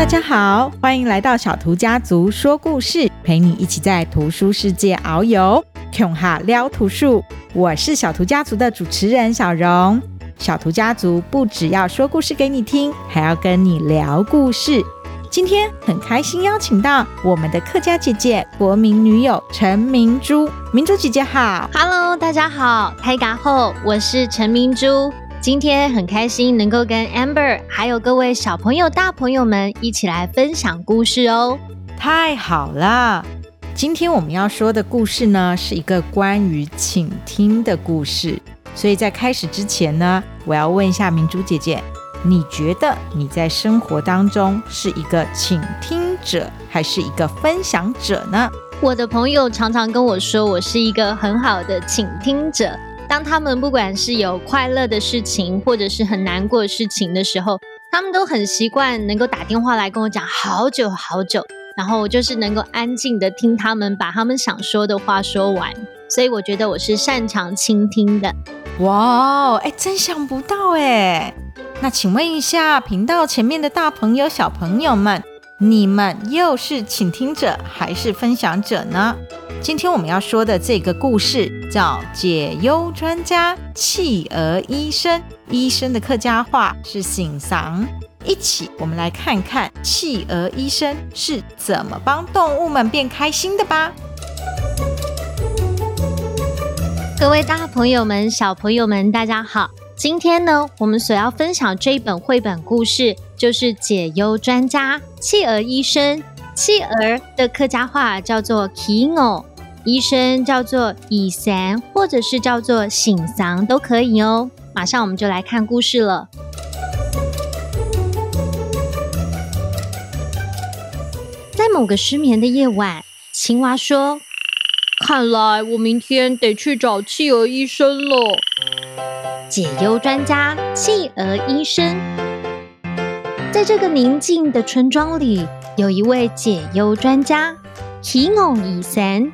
大家好，欢迎来到小图家族说故事，陪你一起在图书世界遨游，穷哈撩图书。我是小图家族的主持人小蓉。小图家族不只要说故事给你听，还要跟你聊故事。今天很开心邀请到我们的客家姐姐国民女友陈明珠。明珠姐姐好。 Hello， 大家好，大家好，我是陈明珠。今天很开心能够跟 Amber 还有各位小朋友大朋友们一起来分享故事哦。 太好了，今天我们要说的故事呢，是一个关于倾听的故事。所以在开始之前呢，我要问一下明珠姐姐，你觉得你在生活当中是一个倾听者还是一个分享者呢？ 我的朋友常常跟我说，我是一个很好的倾听者。当他们不管是有快乐的事情或者是很难过的事情的时候，他们都很习惯能够打电话来跟我讲好久好久，然后我就是能够安静的听他们把他们想说的话说完。所以我觉得我是擅长倾听的。 哇，真想不到耶。那请问一下频道前面的大朋友小朋友们，你们又是倾听者还是分享者呢？今天我们要说的这个故事叫解忧专家企鹅医生，医生的客家话是醒桑。一起我们来看看企鹅医生是怎么帮动物们变开心的吧。 各位大朋友们小朋友们大家好，今天呢我们所要分享这一本绘本故事就是解忧专家企鹅医生。企鹅的客家话叫做企鹅，医生叫做医生，或者是叫做醒桑都可以哦。马上我们就来看故事了。在某个失眠的夜晚，青蛙说，看来我明天得去找企鹅医生了。解忧专家企鹅医生。在这个宁静的村庄里，有一位解忧专家企鹅医生。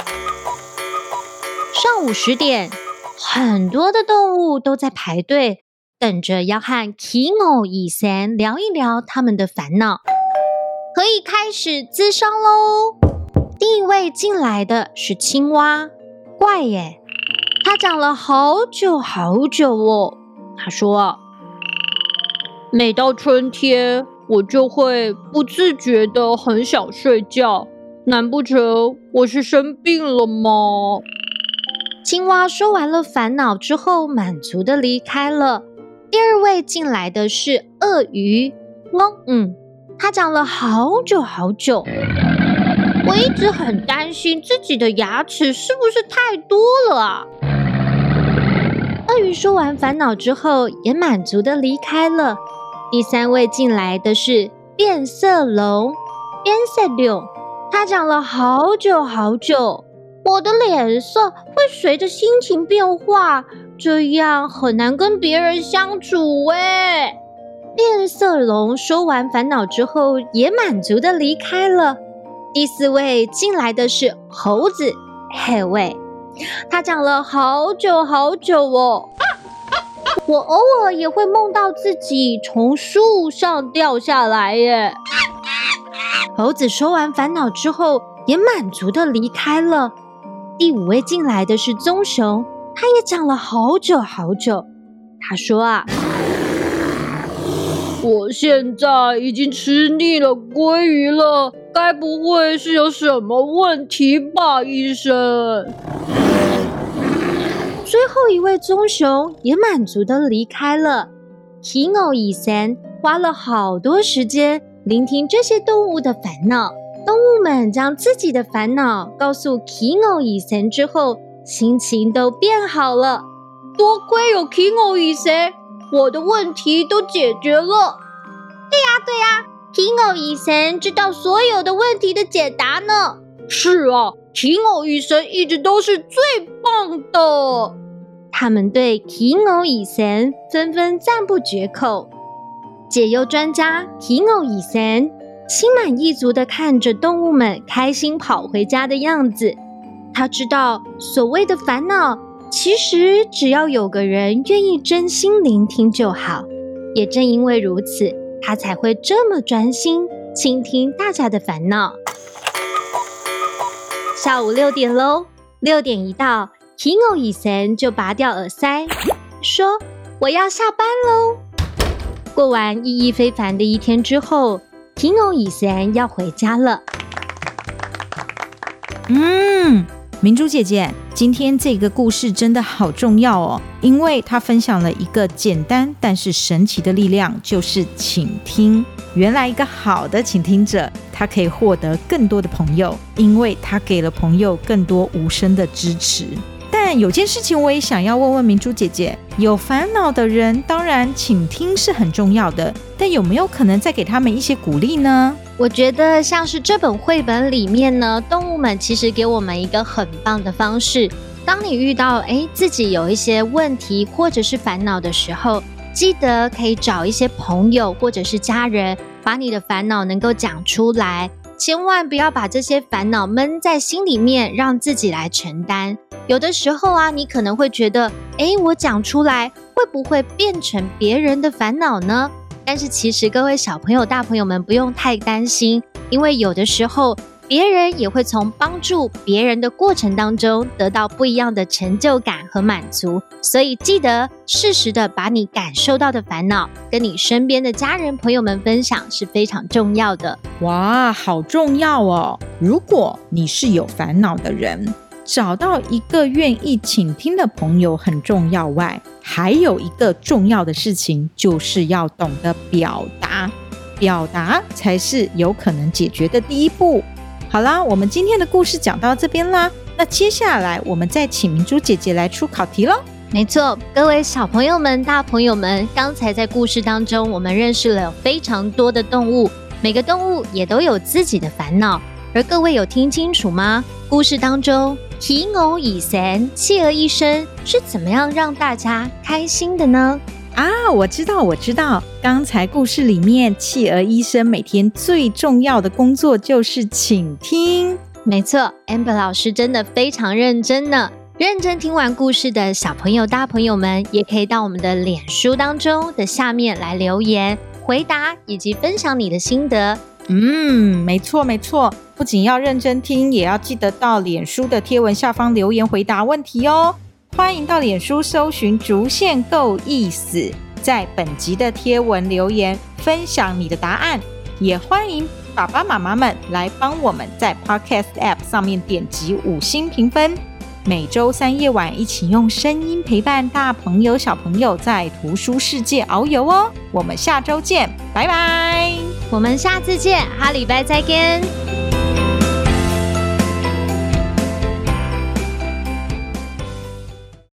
上午10点，很多的动物都在排队，等着要和企鹅医生聊一聊他们的烦恼。可以开始咨商咯。第一位进来的是青蛙，怪耶，他讲了好久好久哦。他说，每到春天，我就会不自觉的很想睡觉，难不成我是生病了吗？青蛙说完了烦恼之后，满足的离开了。第二位进来的是鳄鱼，他讲了好久好久，我一直很担心自己的牙齿是不是太多了啊。鳄鱼说完烦恼之后，也满足的离开了。第三位进来的是变色龙，他讲了好久好久，我的脸色会随着心情变化，这样很难跟别人相处耶。变色龙说完烦恼之后，也满足的离开了。第四位进来的是猴子，他讲了好久好久哦，我偶尔也会梦到自己从树上掉下来耶。猴子说完烦恼之后，也满足的离开了。第五位进来的是棕熊，他也讲了好久好久。他说啊，我现在已经吃腻了鲑鱼了，该不会是有什么问题吧，医生？最后一位棕熊也满足的离开了。企鹅医生花了好多时间聆听这些动物的烦恼，动物们将自己的烦恼告诉企鹅医生之后，心情都变好了。多亏有企鹅医生，我的问题都解决了。对呀，企鹅医生知道所有的问题的解答呢。是啊，企鹅医生一直都是最棒的。他们对企鹅医生纷纷赞不绝口。解忧专家企鹅医生心满意足地看着动物们开心跑回家的样子。他知道所谓的烦恼，其实只要有个人愿意真心聆听就好。也正因为如此，他才会这么专心倾听大家的烦恼。下午6点咯，6点一到， Kingo 医生就拔掉耳塞，说我要下班咯。过完意义非凡的一天之后， Kingo 医生要回家了。 明珠姐姐，今天这个故事真的好重要哦，因为她分享了一个简单但是神奇的力量，就是倾听。原来一个好的倾听者，他可以获得更多的朋友，因为他给了朋友更多无声的支持。但有件事情我也想要问问明珠姐姐，有烦恼的人当然倾听是很重要的，但有没有可能再给他们一些鼓励呢？ 我觉得像是这本绘本里面呢，动物们其实给我们一个很棒的方式。当你遇到自己有一些问题或者是烦恼的时候，记得可以找一些朋友或者是家人，把你的烦恼能够讲出来，千万不要把这些烦恼闷在心里面，让自己来承担。有的时候啊，你可能会觉得我讲出来会不会变成别人的烦恼呢？但是其实各位小朋友大朋友们不用太担心，因为有的时候别人也会从帮助别人的过程当中得到不一样的成就感和满足。所以记得适时的把你感受到的烦恼跟你身边的家人朋友们分享是非常重要的。 哇，好重要哦！如果你是有烦恼的人，找到一个愿意倾听的朋友很重要外，还有一个重要的事情，就是要懂得表达。表达才是有可能解决的第一步。好啦，我们今天的故事讲到这边啦，那接下来我们再请明珠姐姐来出考题咯。 没错，各位小朋友们大朋友们，刚才在故事当中我们认识了非常多的动物，每个动物也都有自己的烦恼，而各位有听清楚吗？故事当中Kingo医生企鹅医生是怎么样让大家开心的呢？ 我知道，刚才故事里面企鹅医生每天最重要的工作就是倾听。 没错， Amber 老师真的非常认真呢。认真听完故事的小朋友大朋友们，也可以到我们的脸书当中的下面来留言回答以及分享你的心得。 没错，不仅要认真听，也要记得到脸书的贴文下方留言回答问题哦。欢迎到脸书搜寻竹线够意思，在本集的贴文留言分享你的答案，也欢迎爸爸妈妈们来帮我们在 Podcast App 上面点击5星评分。每周3夜晚一起用声音陪伴大朋友小朋友在图书世界遨游哦。我们下周见，拜拜。 我们下次见，下礼拜再见。